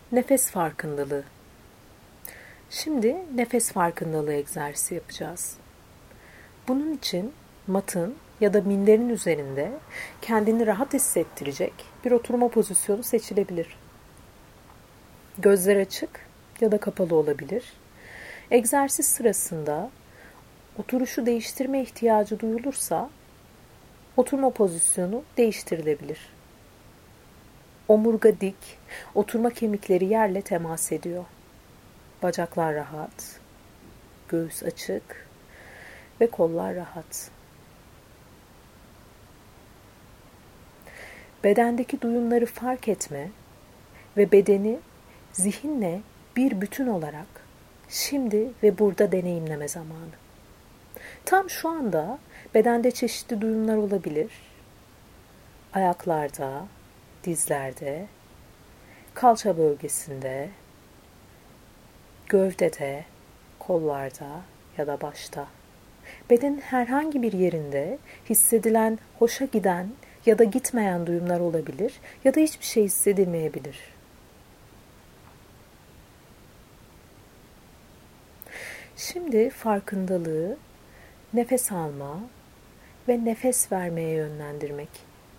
Nefes farkındalığı. Şimdi nefes farkındalığı egzersizi yapacağız. Bunun için matın ya da minderin üzerinde kendini rahat hissettirecek bir oturma pozisyonu seçilebilir. Gözler açık ya da kapalı olabilir. Egzersiz sırasında oturuşu değiştirme ihtiyacı duyulursa oturma pozisyonu değiştirilebilir. Omurga dik, oturma kemikleri yerle temas ediyor. Bacaklar rahat, göğüs açık ve kollar rahat. Bedendeki duyumları fark etme ve bedeni zihinle bir bütün olarak şimdi ve burada deneyimleme zamanı. Tam şu anda bedende çeşitli duyumlar olabilir. Ayaklarda, dizlerde, kalça bölgesinde, gövdede, kollarda ya da başta. Bedenin herhangi bir yerinde hissedilen, hoşa giden ya da gitmeyen duyumlar olabilir ya da hiçbir şey hissedilmeyebilir. Şimdi farkındalığı nefes alma ve nefes vermeye yönlendirmek.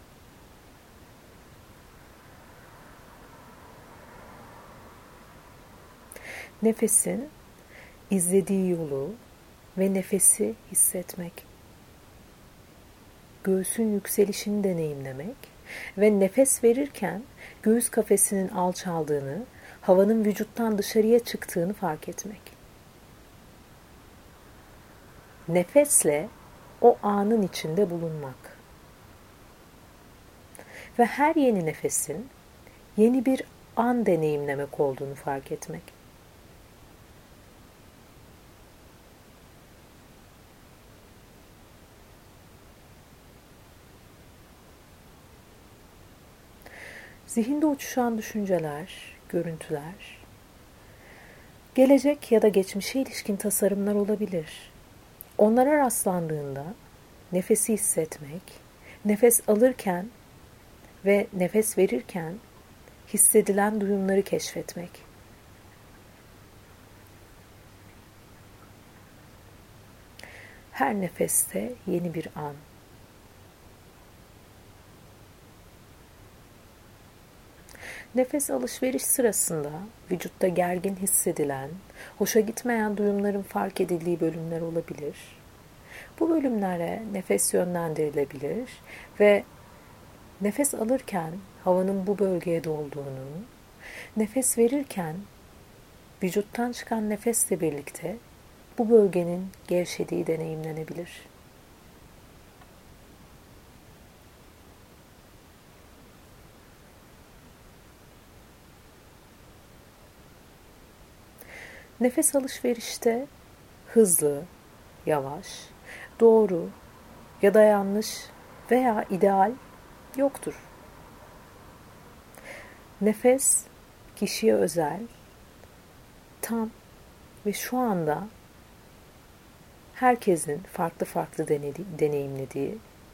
Nefesin izlediği yolu ve nefesi hissetmek. Göğsün yükselişini deneyimlemek ve nefes verirken göğüs kafesinin alçaldığını, havanın vücuttan dışarıya çıktığını fark etmek. Nefesle o anın içinde bulunmak. Ve her yeni nefesin yeni bir an deneyimlemek olduğunu fark etmek. Zihinde uçuşan düşünceler, görüntüler, gelecek ya da geçmişe ilişkin tasarımlar olabilir. Onlara rastlandığında nefesi hissetmek, nefes alırken ve nefes verirken hissedilen duyumları keşfetmek. Her nefeste yeni bir an. Nefes alışveriş sırasında vücutta gergin hissedilen, hoşa gitmeyen duyumların fark edildiği bölümler olabilir. Bu bölümlere nefes yönlendirilebilir ve nefes alırken havanın bu bölgeye dolduğunu, nefes verirken vücuttan çıkan nefesle birlikte bu bölgenin gevşediği deneyimlenebilir. Nefes alışverişte hızlı, yavaş, doğru ya da yanlış veya ideal yoktur. Nefes kişiye özel, tam ve şu anda herkesin farklı farklı deneyimlediği,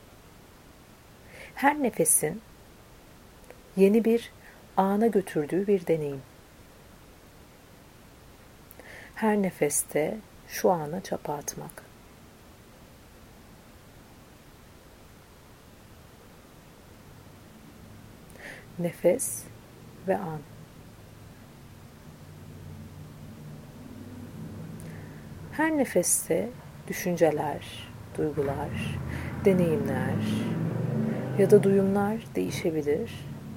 her nefesin yeni bir ana götürdüğü bir deneyim. Her nefeste şu ana çapa atmak. Nefes ve an. Her nefeste düşünceler, duygular, deneyimler ya da duyumlar değişebilir.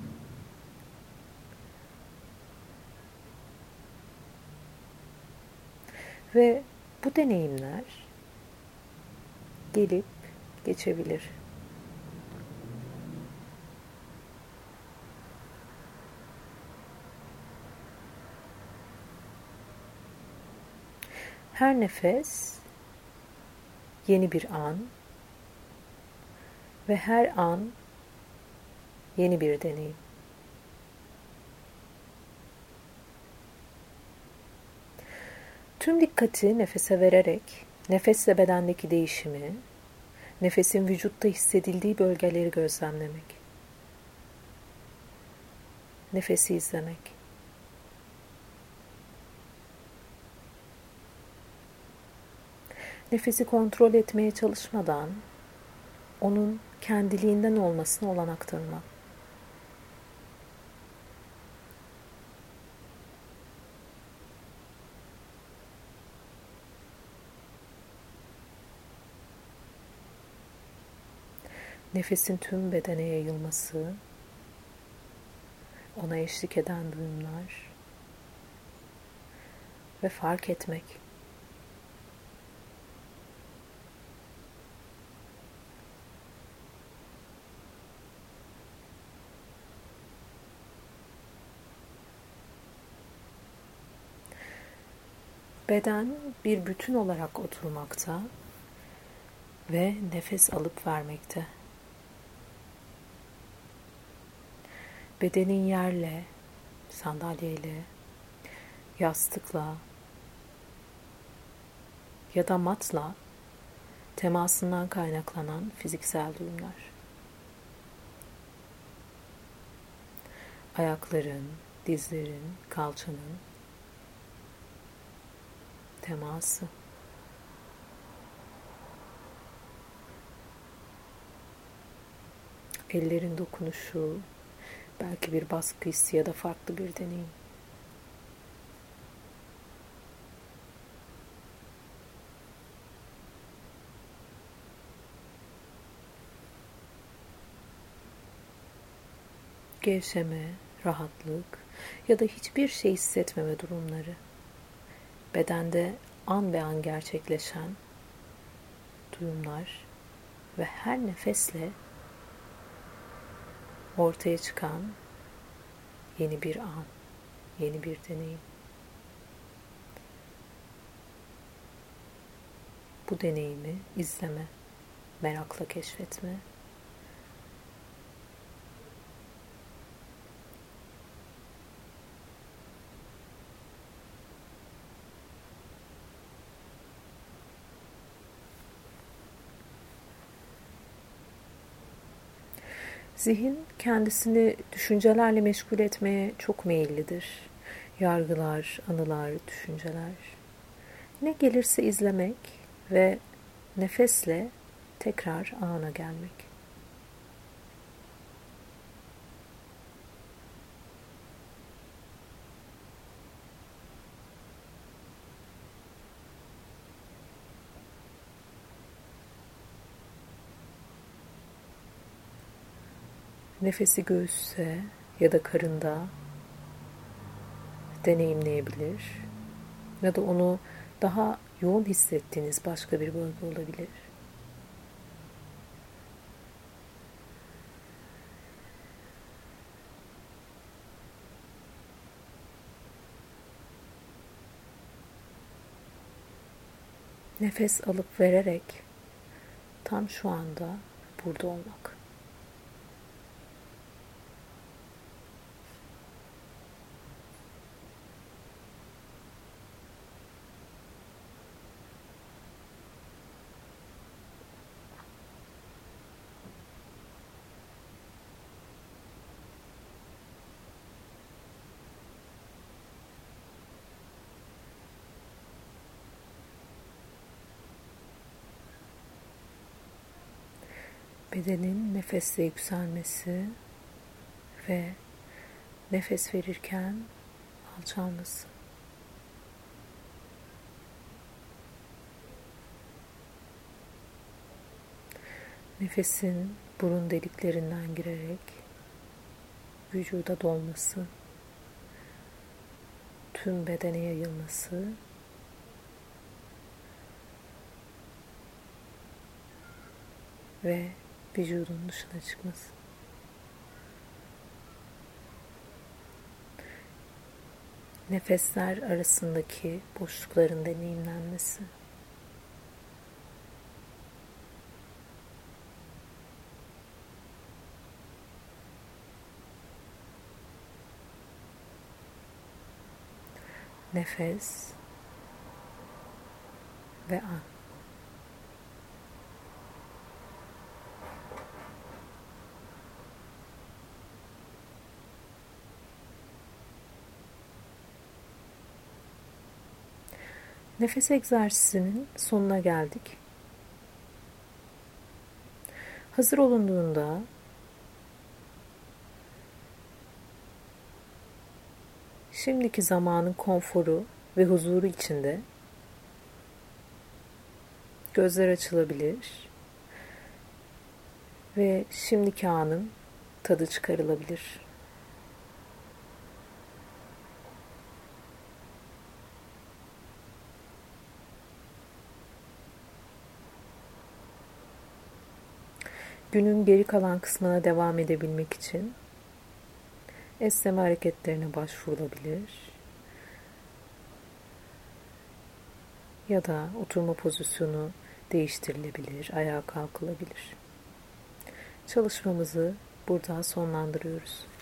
Ve bu deneyimler gelip geçebilir. Her nefes yeni bir an ve her an yeni bir deneyim. Tüm dikkati nefese vererek, nefesle bedendeki değişimi, nefesin vücutta hissedildiği bölgeleri gözlemlemek. Nefesi izlemek. Nefesi kontrol etmeye çalışmadan onun kendiliğinden olmasına olanak tanıma. Nefesin tüm bedene yayılması, ona eşlik eden duyumlar ve fark etmek. Beden bir bütün olarak oturmakta ve nefes alıp vermekte. Bedenin yerle, sandalyeyle, yastıkla ya da matla temasından kaynaklanan fiziksel duyumlar. Ayakların, dizlerin, kalçanın teması. Ellerin dokunuşu, belki bir baskı hissi ya da farklı bir deneyim. Gevşeme, rahatlık ya da hiçbir şey hissetmeme durumları. Bedende an be an gerçekleşen duyumlar ve her nefesle ortaya çıkan yeni bir an, yeni bir deneyim. Bu deneyimi izleme, merakla keşfetme. Zihin kendisini düşüncelerle meşgul etmeye çok meyillidir. Yargılar, anılar, düşünceler. Ne gelirse izlemek ve nefesle tekrar ana gelmek. Nefesi göğüste ya da karında deneyimleyebilir ya da onu daha yoğun hissettiğiniz başka bir bölge olabilir. Nefes alıp vererek tam şu anda burada olmak. Bedenin nefesle yükselmesi ve nefes verirken alçalması. Nefesin burun deliklerinden girerek vücuda dolması, tüm bedene yayılması ve vücudun dışına çıkması. Nefesler arasındaki boşlukların deneyimlenmesi. Nefes ve an. Nefes egzersizinin sonuna geldik. Hazır olunduğunda şimdiki zamanın konforu ve huzuru içinde gözler açılabilir ve şimdiki anın tadı çıkarılabilir. Günün geri kalan kısmına devam edebilmek için esneme hareketlerine başvurulabilir ya da oturma pozisyonu değiştirilebilir, ayağa kalkılabilir. Çalışmamızı burada sonlandırıyoruz.